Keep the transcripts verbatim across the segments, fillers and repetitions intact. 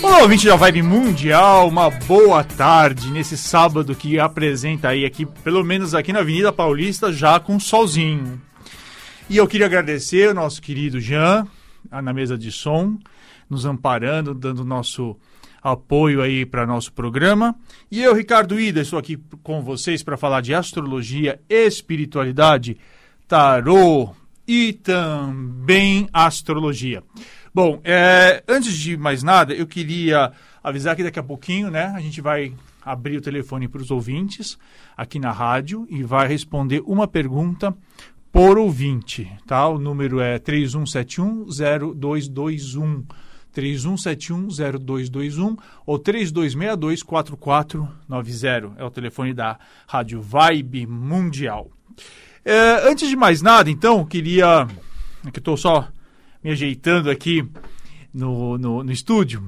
Olá, ouvinte da Vibe Mundial, uma boa tarde nesse sábado que apresenta aí, aqui, pelo menos aqui na Avenida Paulista, já com solzinho. E eu queria agradecer ao nosso querido Jean, na mesa de som, nos amparando, dando nosso apoio aí para nosso programa. E eu, Ricardo Ida, estou aqui com vocês para falar de astrologia, espiritualidade, tarô e também astrologia. Bom, é, antes de mais nada, eu queria avisar que daqui a pouquinho, né, a gente vai abrir o telefone para os ouvintes aqui na rádio e vai responder uma pergunta por ouvinte, tá? O número é três um sete um zero dois dois um, três um sete um zero dois dois um ou três dois seis dois quatro quatro nove zero, é o telefone da Rádio Vibe Mundial. É, antes de mais nada, então, queria, que estou só me ajeitando aqui no, no, no estúdio,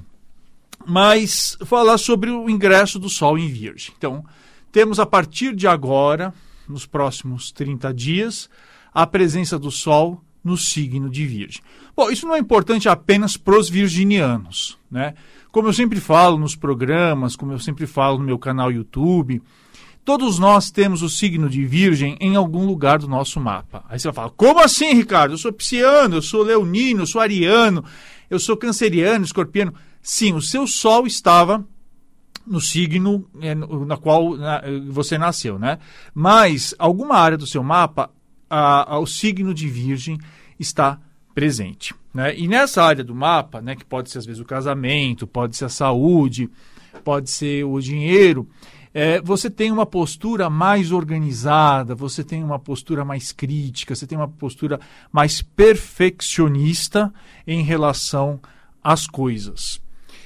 mas falar sobre o ingresso do Sol em Virgem. Então, temos a partir de agora, nos próximos trinta dias, a presença do Sol no signo de Virgem. Bom, isso não é importante apenas para os virginianos, né? Como eu sempre falo nos programas, como eu sempre falo no meu canal YouTube, todos nós temos o signo de Virgem em algum lugar do nosso mapa. Aí você vai falar, como assim, Ricardo? Eu sou pisciano, eu sou leonino, eu sou ariano, eu sou canceriano, escorpiano. Sim, o seu Sol estava no signo é, no, na qual na, você nasceu, né? Mas alguma área do seu mapa, a, a, o signo de Virgem está presente, né? E nessa área do mapa, né, que pode ser às vezes o casamento, pode ser a saúde, pode ser o dinheiro, É, você tem uma postura mais organizada, você tem uma postura mais crítica, você tem uma postura mais perfeccionista em relação às coisas.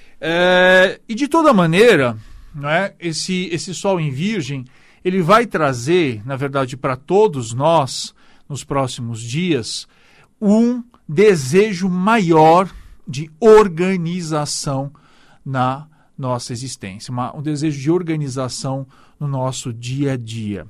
É, e de toda maneira, né, esse, esse Sol em Virgem, ele vai trazer, na verdade, para todos nós, nos próximos dias, um desejo maior de organização na nossa existência, uma, um desejo de organização no nosso dia a dia.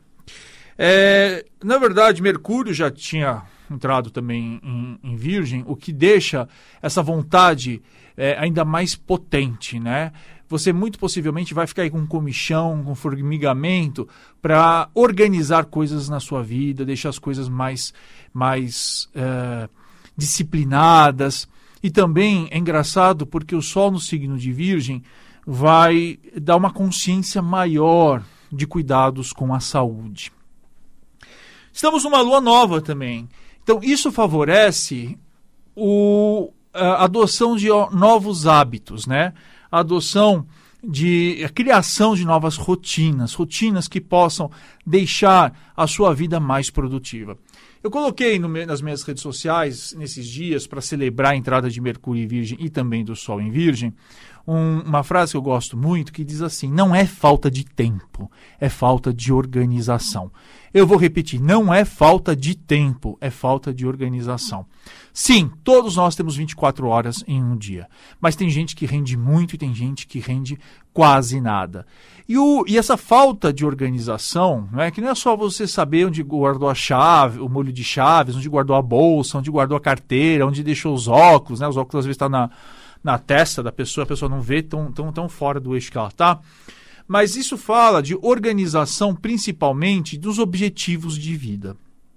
É, na verdade, Mercúrio já tinha entrado também em, em Virgem, o que deixa essa vontade é, ainda mais potente, né? Você muito possivelmente vai ficar aí com comichão, com formigamento, para organizar coisas na sua vida, deixar as coisas mais, mais é, disciplinadas. E também é engraçado porque o Sol no signo de Virgem vai dar uma consciência maior de cuidados com a saúde. Estamos numa lua nova também. Então, isso favorece o, a adoção de novos hábitos, né? A adoção de a criação de novas rotinas, rotinas que possam deixar a sua vida mais produtiva. Eu coloquei no, nas minhas redes sociais, nesses dias, para celebrar a entrada de Mercúrio em Virgem e também do Sol em Virgem, um, uma frase que eu gosto muito, que diz assim, não é falta de tempo, é falta de organização. Eu vou repetir, não é falta de tempo, é falta de organização. Sim, todos nós temos vinte e quatro horas em um dia, mas tem gente que rende muito e tem gente que rende quase nada. E, o, e essa falta de organização, não é, que não é só você saber onde guardou a chave, o molho de chaves, onde guardou a bolsa, onde guardou a carteira, onde deixou os óculos, né? Os óculos às vezes estão na, na testa da pessoa, a pessoa não vê tão, tão, tão fora do eixo que ela está. Mas isso fala de organização principalmente dos objetivos de vida.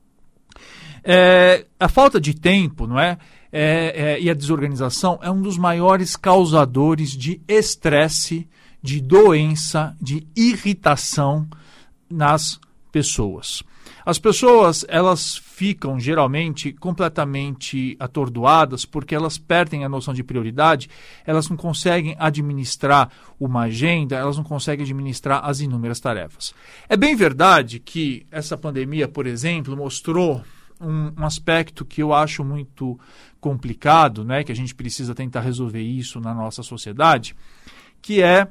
É, a falta de tempo, não é? É, é, e a desorganização é um dos maiores causadores de estresse, de doença, de irritação nas pessoas. As pessoas, elas ficam geralmente completamente atordoadas porque elas perdem a noção de prioridade, elas não conseguem administrar uma agenda, elas não conseguem administrar as inúmeras tarefas. É bem verdade que essa pandemia, por exemplo, mostrou um, um aspecto que eu acho muito complicado, né, que a gente precisa tentar resolver isso na nossa sociedade, que é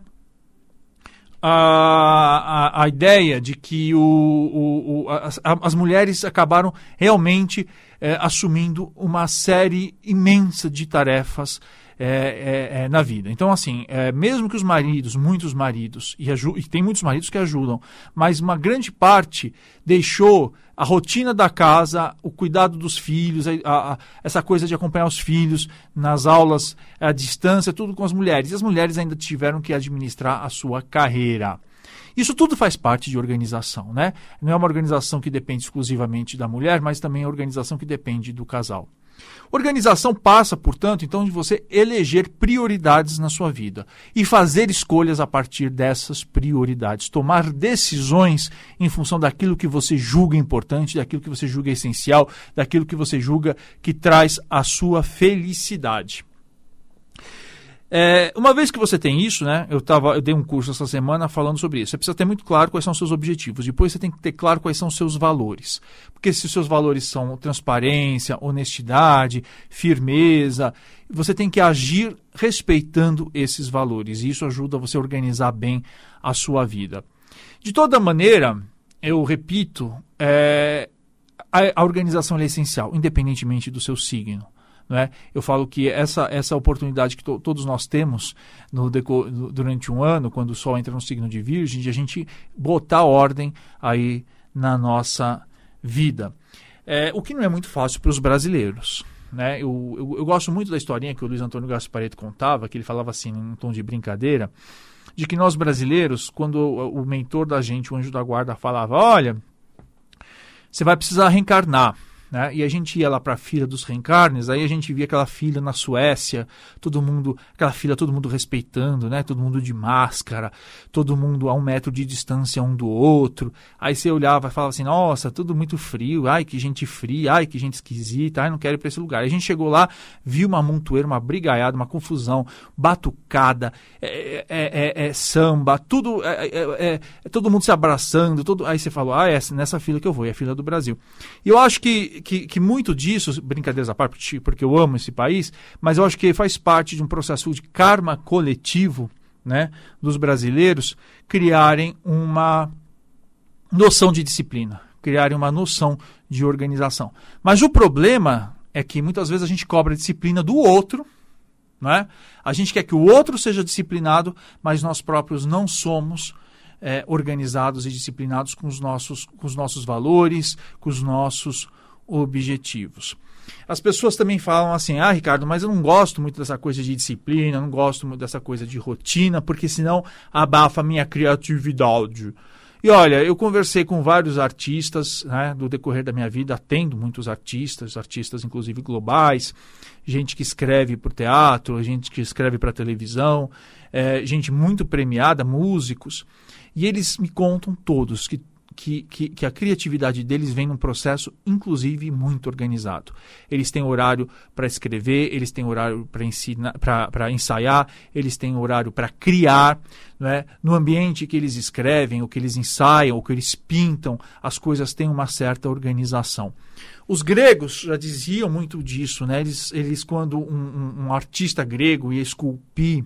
A, a, a ideia de que o, o, o, as, as mulheres acabaram realmente é, assumindo uma série imensa de tarefas É, é, é, na vida. Então, assim, é, mesmo que os maridos, muitos maridos, e, e tem muitos maridos que ajudam, mas uma grande parte deixou a rotina da casa, o cuidado dos filhos, a, a, essa coisa de acompanhar os filhos nas aulas, à distância, tudo com as mulheres. E as mulheres ainda tiveram que administrar a sua carreira. Isso tudo faz parte de organização, né? Não é uma organização que depende exclusivamente da mulher, mas também é uma organização que depende do casal. Organização passa, portanto, então, de você eleger prioridades na sua vida e fazer escolhas a partir dessas prioridades, tomar decisões em função daquilo que você julga importante, daquilo que você julga essencial, daquilo que você julga que traz a sua felicidade. É, uma vez que você tem isso, né, eu, tava, eu dei um curso essa semana falando sobre isso. Você precisa ter muito claro quais são os seus objetivos. Depois você tem que ter claro quais são os seus valores. Porque se os seus valores são transparência, honestidade, firmeza, você tem que agir respeitando esses valores. E isso ajuda você a organizar bem a sua vida. De toda maneira, eu repito, é, a, a organização é essencial, independentemente do seu signo. É? Eu falo que essa, essa oportunidade que to, todos nós temos no deco, durante um ano, quando o Sol entra no signo de Virgem, de a gente botar ordem aí na nossa vida. É, o que não é muito fácil para os brasileiros. Né? Eu, eu, eu gosto muito da historinha que o Luiz Antônio Gasparetto contava, que ele falava assim, em um tom de brincadeira, de que nós brasileiros, quando o, o mentor da gente, o anjo da guarda, falava, olha, você vai precisar reencarnar. Né? E a gente ia lá para a fila dos reencarnes, aí a gente via aquela fila na Suécia, todo mundo, aquela fila todo mundo respeitando, né? Todo mundo de máscara, todo mundo a um metro de distância um do outro. Aí você olhava e falava assim, nossa, tudo muito frio, ai que gente fria, ai que gente esquisita, ai não quero ir para esse lugar. Aí a gente chegou lá, viu uma montoeira, uma brigaiada, uma confusão, batucada, é, é, é, é samba, tudo, é, é, é, todo mundo se abraçando, todo... aí você falou, ah, é nessa fila que eu vou, é a fila do Brasil. E eu acho que Que, que muito disso, brincadeiras à parte, porque eu amo esse país, mas eu acho que faz parte de um processo de karma coletivo, né, dos brasileiros criarem uma noção de disciplina, criarem uma noção de organização. Mas o problema é que muitas vezes a gente cobra a disciplina do outro, né? A gente quer que o outro seja disciplinado, mas nós próprios não somos é, organizados e disciplinados com os nossos, com os nossos valores, com os nossos objetivos. As pessoas também falam assim, ah, Ricardo, mas eu não gosto muito dessa coisa de disciplina, eu não gosto muito dessa coisa de rotina, porque senão abafa a minha criatividade. E olha, eu conversei com vários artistas, né, do decorrer da minha vida, atendo muitos artistas, artistas inclusive globais, gente que escreve para o teatro, gente que escreve para a televisão, é, gente muito premiada, músicos, e eles me contam todos que Que, que, que a criatividade deles vem num processo, inclusive, muito organizado. Eles têm horário para escrever, eles têm horário para ensinar, para ensaiar, eles têm horário para criar. Né? No ambiente que eles escrevem, ou que eles ensaiam, ou que eles pintam, as coisas têm uma certa organização. Os gregos já diziam muito disso. Né? Eles, eles quando um, um, um artista grego ia esculpir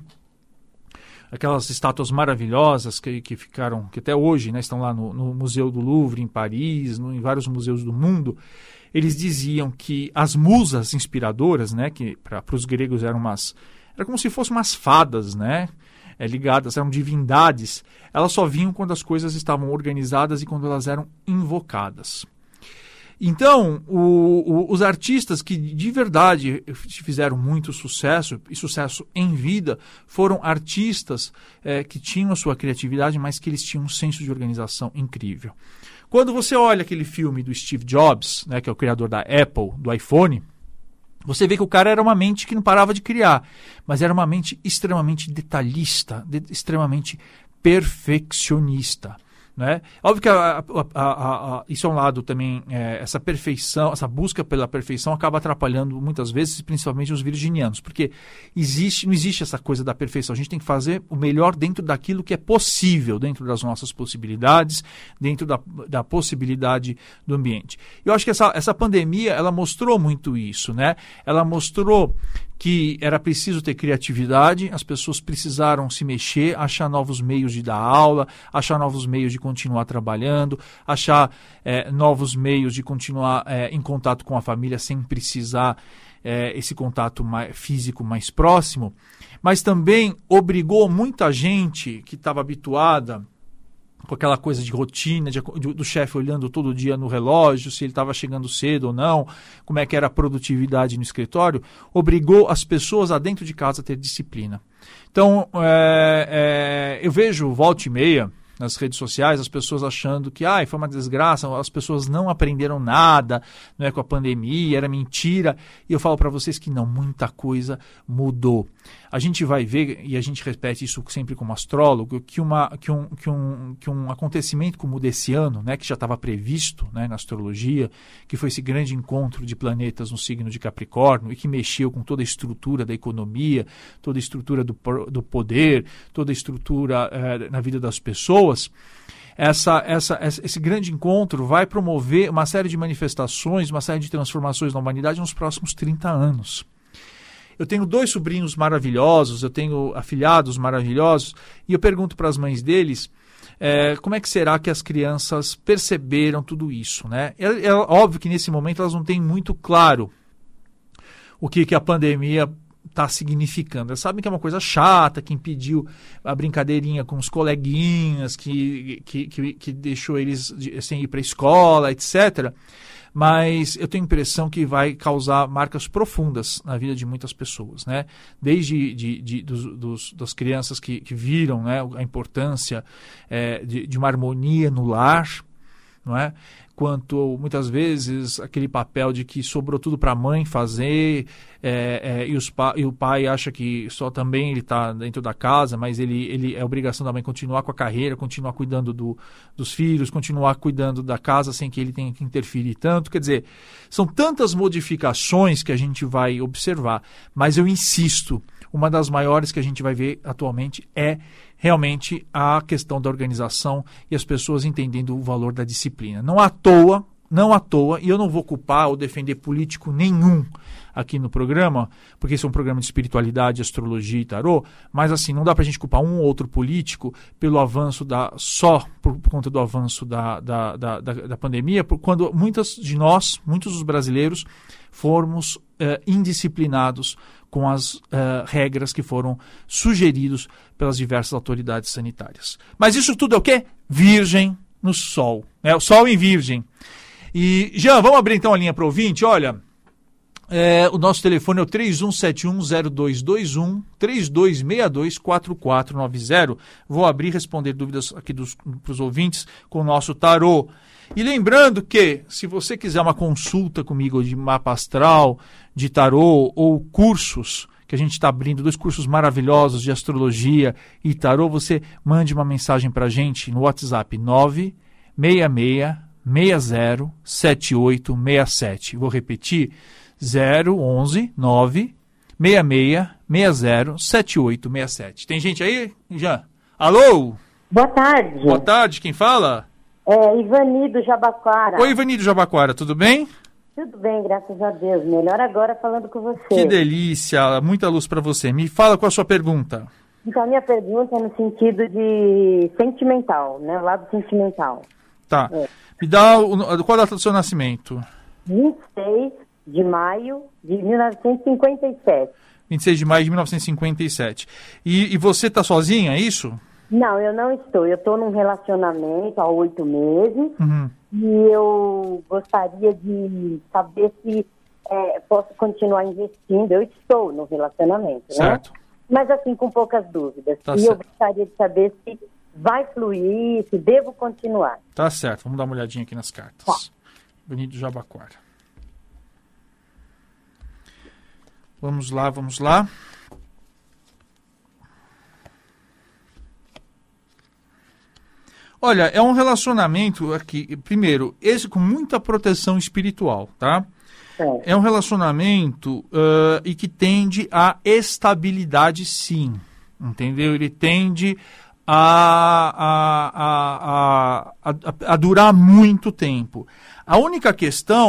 aquelas estátuas maravilhosas que, que ficaram, que até hoje, né, estão lá no, no Museu do Louvre, em Paris, no, em vários museus do mundo, eles diziam que as musas inspiradoras, né, que para os gregos eram umas, era como se fossem umas fadas, né, é, ligadas, eram divindades, elas só vinham quando as coisas estavam organizadas e quando elas eram invocadas. Então, o, o, os artistas que de verdade fizeram muito sucesso, e sucesso em vida, foram artistas é, que tinham a sua criatividade, mas que eles tinham um senso de organização incrível. Quando você olha aquele filme do Steve Jobs, né, que é o criador da Apple, do iPhone, você vê que o cara era uma mente que não parava de criar, mas era uma mente extremamente detalhista, de, extremamente perfeccionista. Né? Óbvio que a, a, a, a, isso é um lado também, é, essa perfeição, essa busca pela perfeição acaba atrapalhando muitas vezes, principalmente os virginianos, porque existe, não existe essa coisa da perfeição, a gente tem que fazer o melhor dentro daquilo que é possível, dentro das nossas possibilidades, dentro da, da possibilidade do ambiente. Eu acho que essa, essa pandemia, ela mostrou muito isso, né? Ela mostrou que era preciso ter criatividade, as pessoas precisaram se mexer, achar novos meios de dar aula, achar novos meios de continuar trabalhando, achar é, novos meios de continuar é, em contato com a família sem precisar é, esse contato mais, físico mais próximo, mas também obrigou muita gente que estava habituada com aquela coisa de rotina, de, de, do chefe olhando todo dia no relógio, se ele estava chegando cedo ou não, como é que era a produtividade no escritório, obrigou as pessoas lá dentro de casa a ter disciplina. Então, é, é, eu vejo volta e meia nas redes sociais as pessoas achando que ah, foi uma desgraça, as pessoas não aprenderam nada, não é, com a pandemia, era mentira. E eu falo para vocês que não, muita coisa mudou. A gente vai ver, e a gente repete isso sempre como astrólogo, que, uma, que, um, que, um, que um acontecimento como o desse ano, né, que já estava previsto, né, na astrologia, que foi esse grande encontro de planetas no signo de Capricórnio e que mexeu com toda a estrutura da economia, toda a estrutura do, do poder, toda a estrutura eh, na vida das pessoas. Essa, essa, esse grande encontro vai promover uma série de manifestações, uma série de transformações na humanidade nos próximos trinta anos. Eu tenho dois sobrinhos maravilhosos, eu tenho afilhados maravilhosos, e eu pergunto para as mães deles é, como é que será que as crianças perceberam tudo isso, né? É, é óbvio que nesse momento elas não têm muito claro o que, que a pandemia está significando. Elas sabem que é uma coisa chata, que impediu a brincadeirinha com os coleguinhas, que, que, que, que deixou eles sem ir para a escola, etcétera. Mas eu tenho a impressão que vai causar marcas profundas na vida de muitas pessoas, né? Desde de, de, dos, dos, das crianças que, que viram, né, a importância é, de, de uma harmonia no lar, não é? Quanto muitas vezes aquele papel de que sobrou tudo para a mãe fazer é, é, e, os pa- e o pai acha que só também ele está dentro da casa, mas ele, ele é obrigação da mãe continuar com a carreira, continuar cuidando do, dos filhos, continuar cuidando da casa sem que ele tenha que interferir tanto. Quer dizer, são tantas modificações que a gente vai observar, mas eu insisto, uma das maiores que a gente vai ver atualmente é realmente a questão da organização e as pessoas entendendo o valor da disciplina. Não à toa, não à toa, e eu não vou culpar ou defender político nenhum aqui no programa, porque esse é um programa de espiritualidade, astrologia e tarô, mas assim, não dá pra gente culpar um ou outro político pelo avanço da, só por, por conta do avanço da, da, da, da, da pandemia, por, quando muitas de nós, muitos dos brasileiros, fomos eh, indisciplinados com as uh, regras que foram sugeridos pelas diversas autoridades sanitárias. Mas isso tudo é o quê? Virgem no Sol. Né? O Sol em Virgem. E, Jean, vamos abrir então a linha para o ouvinte? Olha, é, o nosso telefone é o três um sete um zero dois dois um, três dois seis dois quatro quatro nove zero. Vou abrir e responder dúvidas aqui para os ouvintes com o nosso tarô. E lembrando que, se você quiser uma consulta comigo de mapa astral, de tarô ou cursos, que a gente está abrindo, dois cursos maravilhosos de astrologia e tarô, você mande uma mensagem para a gente no WhatsApp nove seis seis seis zero sete oito seis sete. Vou repetir, zero onze nove seis seis seis zero sete oito seis sete. Tem gente aí, Jean? Alô? Boa tarde. Boa tarde, quem fala? É Ivani do Jabaquara. Oi, Ivani do Jabaquara, tudo bem? Tudo bem, graças a Deus. Melhor agora falando com você. Que delícia, muita luz para você. Me fala qual a sua pergunta. Então, a minha pergunta é no sentido de sentimental, né? O lado sentimental. Tá. É. Me dá o, qual a data do seu nascimento? vinte e seis de maio de mil novecentos e cinquenta e sete. vinte e seis de maio de mil novecentos e cinquenta e sete. E, e você está sozinha, é isso? Não, eu não estou. Eu estou num relacionamento há oito meses. Uhum. E eu gostaria de saber se é, posso continuar investindo. Eu estou no relacionamento, certo, né? Mas assim, com poucas dúvidas. Tá e certo. eu gostaria de saber se vai fluir, se devo continuar. Tá certo, vamos dar uma olhadinha aqui nas cartas. Tá. Bonito Jabaquara. Vamos lá, vamos lá. Olha, é um relacionamento aqui, primeiro, esse com muita proteção espiritual, tá? É, é um relacionamento uh, e que tende à estabilidade, sim, entendeu? Ele tende a, a, a, a, a, a durar muito tempo. A única questão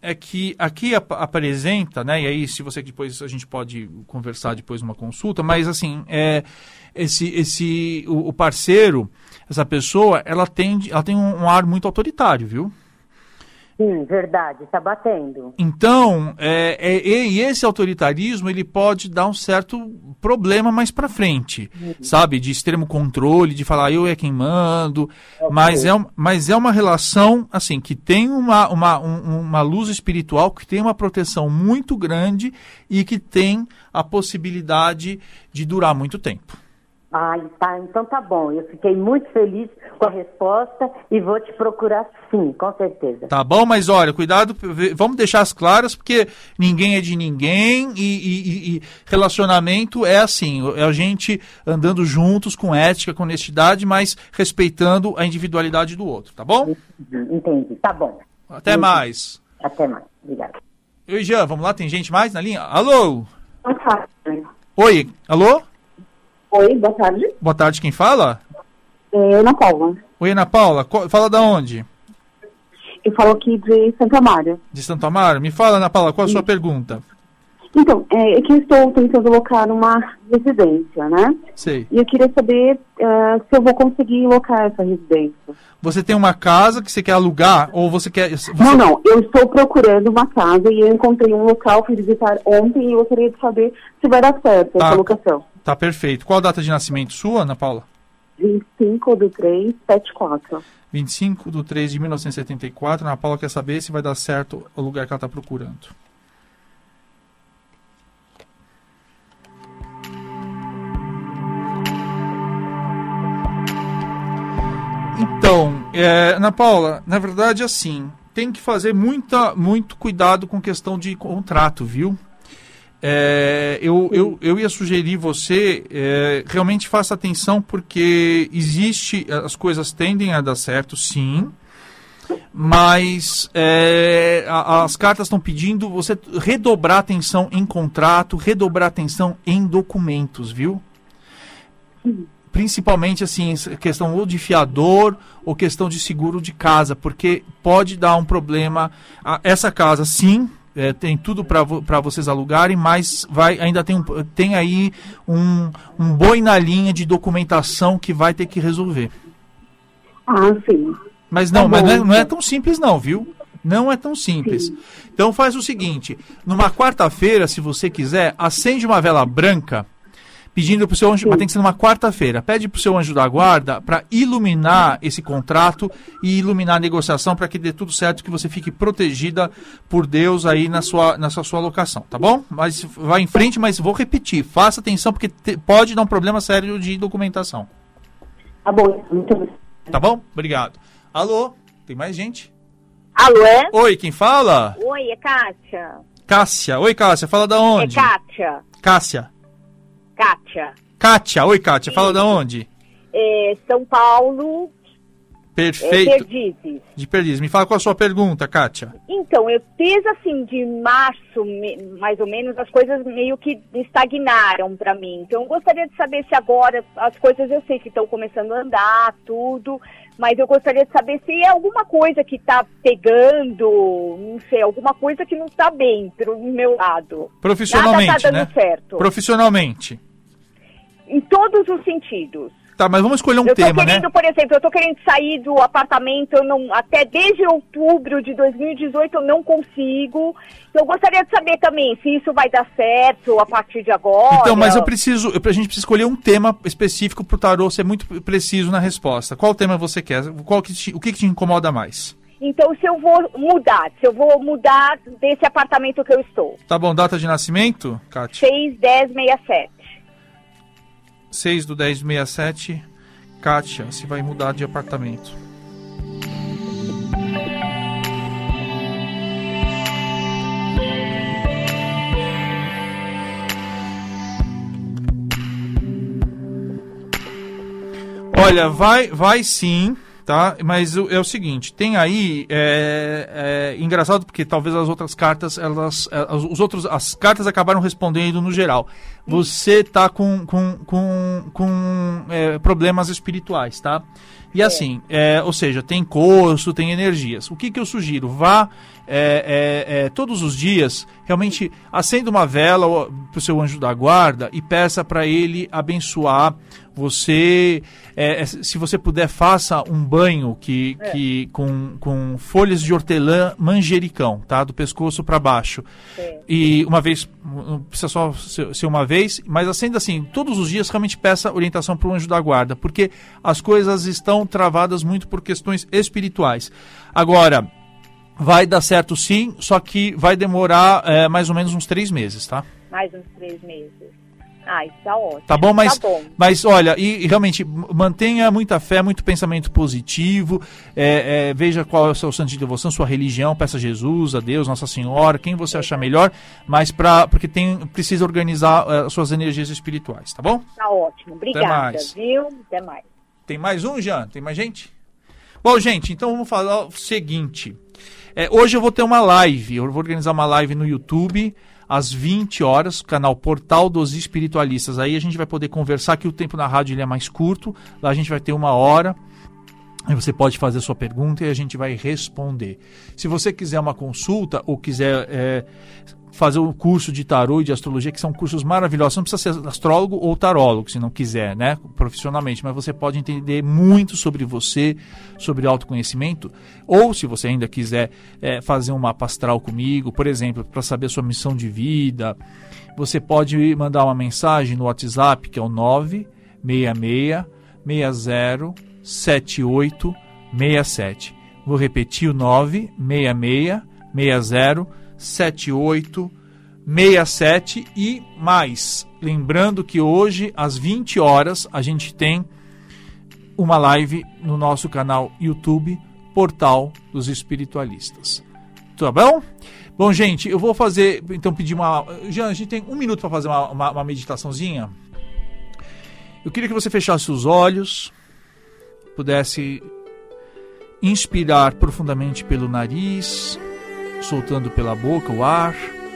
é que aqui ap- apresenta, né? E aí, se você depois a gente pode conversar depois numa consulta, mas assim, é, esse, esse, o, o parceiro, essa pessoa, ela tem, ela tem um, um ar muito autoritário, viu? Sim, verdade, está batendo. Então, é, é, e esse autoritarismo, ele pode dar um certo problema mais pra frente, uhum. sabe? De extremo controle, de falar eu é quem mando, okay. mas, é, mas é uma relação, assim, que tem uma, uma, um, uma luz espiritual, que tem uma proteção muito grande e que tem a possibilidade de durar muito tempo. Ah, tá, então tá bom. Eu fiquei muito feliz com a resposta e vou te procurar sim, com certeza. Tá bom, mas olha, cuidado, vamos deixar as claras, porque ninguém é de ninguém e, e, e relacionamento é assim, é a gente andando juntos com ética, com honestidade, mas respeitando a individualidade do outro, tá bom? Entendi, tá bom. Até Entendi. mais. Até mais, obrigada. Oi, Jean, vamos lá, tem gente mais na linha? Alô? Boa tarde. Oi, alô? Oi, boa tarde. Boa tarde, quem fala? É Ana Paula. Oi, Ana Paula, fala da onde? Eu falo aqui de Santa Amaro. De Santa Amaro? Me fala, Ana Paula, qual a sua pergunta? Então, é, é que eu estou tentando locar uma residência, né? Sei. E eu queria saber uh, se eu vou conseguir locar essa residência. Você tem uma casa que você quer alugar ou você quer... Você... Não, não, eu estou procurando uma casa e eu encontrei um local, fui visitar ontem e eu gostaria de saber se vai dar certo tá. essa locação. Tá perfeito. Qual a data de nascimento sua, Ana Paula? vinte e cinco de três de setenta e quatro. vinte e cinco de três de mil novecentos e setenta e quatro. Ana Paula quer saber se vai dar certo o lugar que ela está procurando. Então, é, Ana Paula, na verdade, assim, tem que fazer muita, muito cuidado com questão de contrato, viu? É, eu, eu, eu ia sugerir você, é, realmente faça atenção, porque existe, as coisas tendem a dar certo, sim, mas é, a, as cartas estão pedindo você redobrar atenção em contrato, redobrar atenção em documentos, viu? Principalmente, assim, questão ou de fiador ou questão de seguro de casa, porque pode dar um problema. Essa casa, sim, é, tem tudo para vo, para vocês alugarem, mas vai, ainda tem, um, tem aí um, um boi na linha de documentação que vai ter que resolver. Ah, sim. Mas não, tá mas não é, não é tão simples não, viu? Não é tão simples. Sim. Então faz o seguinte, numa quarta-feira, se você quiser, acende uma vela branca, pedindo para o seu anjo, mas tem que ser numa quarta-feira, pede para o seu anjo da guarda para iluminar esse contrato e iluminar a negociação para que dê tudo certo, que você fique protegida por Deus aí na sua, na sua, sua locação, tá bom? Mas vai em frente, mas vou repetir, faça atenção porque te, pode dar um problema sério de documentação. Tá bom, muito bem. Tá bom? Obrigado. Alô? Tem mais gente? Alô, é? Oi, quem fala? Oi, é Kátia. Cássia. Oi, Cássia, fala da onde? É Kátia. Cássia. Kátia. Kátia, oi Kátia, fala da onde? É, São Paulo. Perfeito. É, Perdizes. De Perdizes. Me fala qual a sua pergunta, Kátia. Então, eu desde assim, de março, me, mais ou menos, as coisas meio que estagnaram para mim. Então, eu gostaria de saber se agora as coisas eu sei que estão começando a andar, tudo, mas eu gostaria de saber se é alguma coisa que está pegando, não sei, alguma coisa que não está bem pro meu lado. Profissionalmente, Nada tá dando né? certo. Profissionalmente. Em todos os sentidos. Tá, mas vamos escolher um eu tema, tô querendo, né? por exemplo, eu tô querendo sair do apartamento, eu não, até desde outubro de dois mil e dezoito eu não consigo. Eu gostaria de saber também se isso vai dar certo a partir de agora. Então, mas eu preciso, eu, a gente precisa escolher um tema específico pro tarô ser muito preciso na resposta. Qual tema você quer? Qual que te, o que, que te incomoda mais? Então, se eu vou mudar, se eu vou mudar desse apartamento que eu estou. Tá bom, data de nascimento, Kátia? seis, dez, sessenta e sete. seis do dez, sessenta e sete. Kátia, se vai mudar de apartamento. Olha, vai, vai sim, tá? Mas o- é o seguinte, tem aí, é, é engraçado porque talvez as outras cartas, elas, é, as- os outros, as cartas acabaram respondendo no geral. Você tá com, com, com, com é, problemas espirituais, tá? E assim, é, ou seja, tem curso, tem energias. O que que eu sugiro? Vá é, é, é, todos os dias, realmente acenda uma vela para o seu anjo da guarda e peça para ele abençoar você. É, se você puder, faça um banho que, é. que, com, com folhas de hortelã manjericão, tá? Do pescoço para baixo. É. E uma vez, não precisa só ser uma vez, mas acenda assim, todos os dias realmente peça orientação para o anjo da guarda, porque as coisas estão travadas muito por questões espirituais. Agora, vai dar certo sim, só que vai demorar é, mais ou menos uns três meses, tá? Mais uns três meses. Ah, isso tá ótimo. Tá bom, mas, tá bom. mas olha, e, e realmente mantenha muita fé, muito pensamento positivo, é, é, veja qual é o seu santo de devoção, sua religião, peça a Jesus, a Deus, Nossa Senhora, quem você achar melhor, mas pra, porque tem, precisa organizar uh, as suas energias espirituais, tá bom? Tá ótimo, obrigada, Até mais. Viu? Até mais. Tem mais um, Jean? Tem mais gente? Bom, gente, então vamos falar o seguinte, é, hoje eu vou ter uma live, eu vou organizar uma live no YouTube, às vinte horas, canal Portal dos Espiritualistas. Aí a gente vai poder conversar, que o tempo na rádio ele é mais curto. Lá a gente vai ter uma hora. Aí você pode fazer a sua pergunta e a gente vai responder. Se você quiser uma consulta ou quiser é, fazer o um curso de tarô e de astrologia, que são cursos maravilhosos. Você não precisa ser astrólogo ou tarólogo, se não quiser, né, profissionalmente. Mas você pode entender muito sobre você, sobre autoconhecimento. Ou, se você ainda quiser é, fazer um mapa astral comigo, por exemplo, para saber a sua missão de vida, você pode mandar uma mensagem no WhatsApp, que é o nove seis seis, seis zero, sete oito seis sete. Vou repetir o nove seis seis, seis zero, sete oito seis sete e mais. Lembrando que hoje, às vinte horas, a gente tem uma live no nosso canal YouTube, Portal dos Espiritualistas. Tá bom? Bom, gente, eu vou fazer, então pedir uma... Jean, a gente tem um minuto para fazer uma, uma, uma meditaçãozinha. Eu queria que você fechasse os olhos, pudesse inspirar profundamente pelo nariz, soltando pela boca o ar.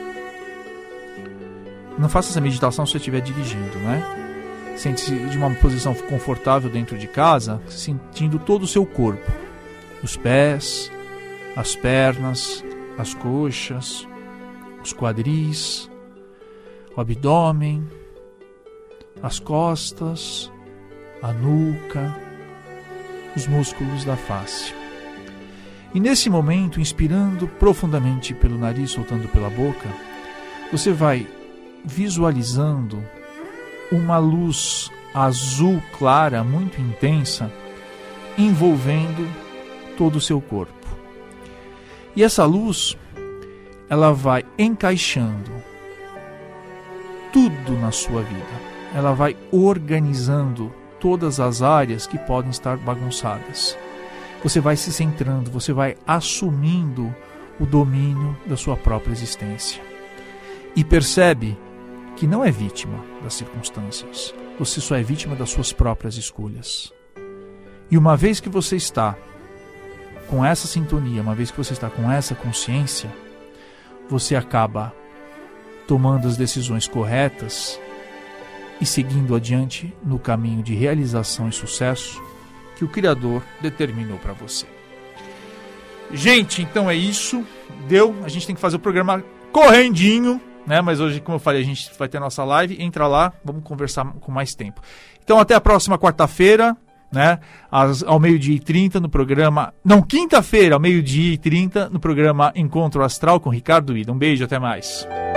Não faça essa meditação se você estiver dirigindo, né? Sente-se de uma posição confortável dentro de casa, sentindo todo o seu corpo. Os pés, as pernas, as coxas, os quadris, o abdômen, as costas, a nuca, os músculos da face. E nesse momento, inspirando profundamente pelo nariz, soltando pela boca, você vai visualizando uma luz azul clara, muito intensa, envolvendo todo o seu corpo. E essa luz, ela vai encaixando tudo na sua vida. Ela vai organizando todas as áreas que podem estar bagunçadas. Você vai se centrando, você vai assumindo o domínio da sua própria existência. E percebe que não é vítima das circunstâncias. Você só é vítima das suas próprias escolhas. E uma vez que você está com essa sintonia, uma vez que você está com essa consciência, você acaba tomando as decisões corretas e seguindo adiante no caminho de realização e sucesso que o Criador determinou para você. Gente, então é isso. Deu. A gente tem que fazer o programa correndinho, né? Mas hoje, como eu falei, a gente vai ter a nossa live. Entra lá, vamos conversar com mais tempo. Então até a próxima quarta-feira, né? Às, ao meio-dia e trinta no programa... Não, quinta-feira, ao meio-dia e trinta no programa Encontro Astral com Ricardo Ida. Um beijo, até mais.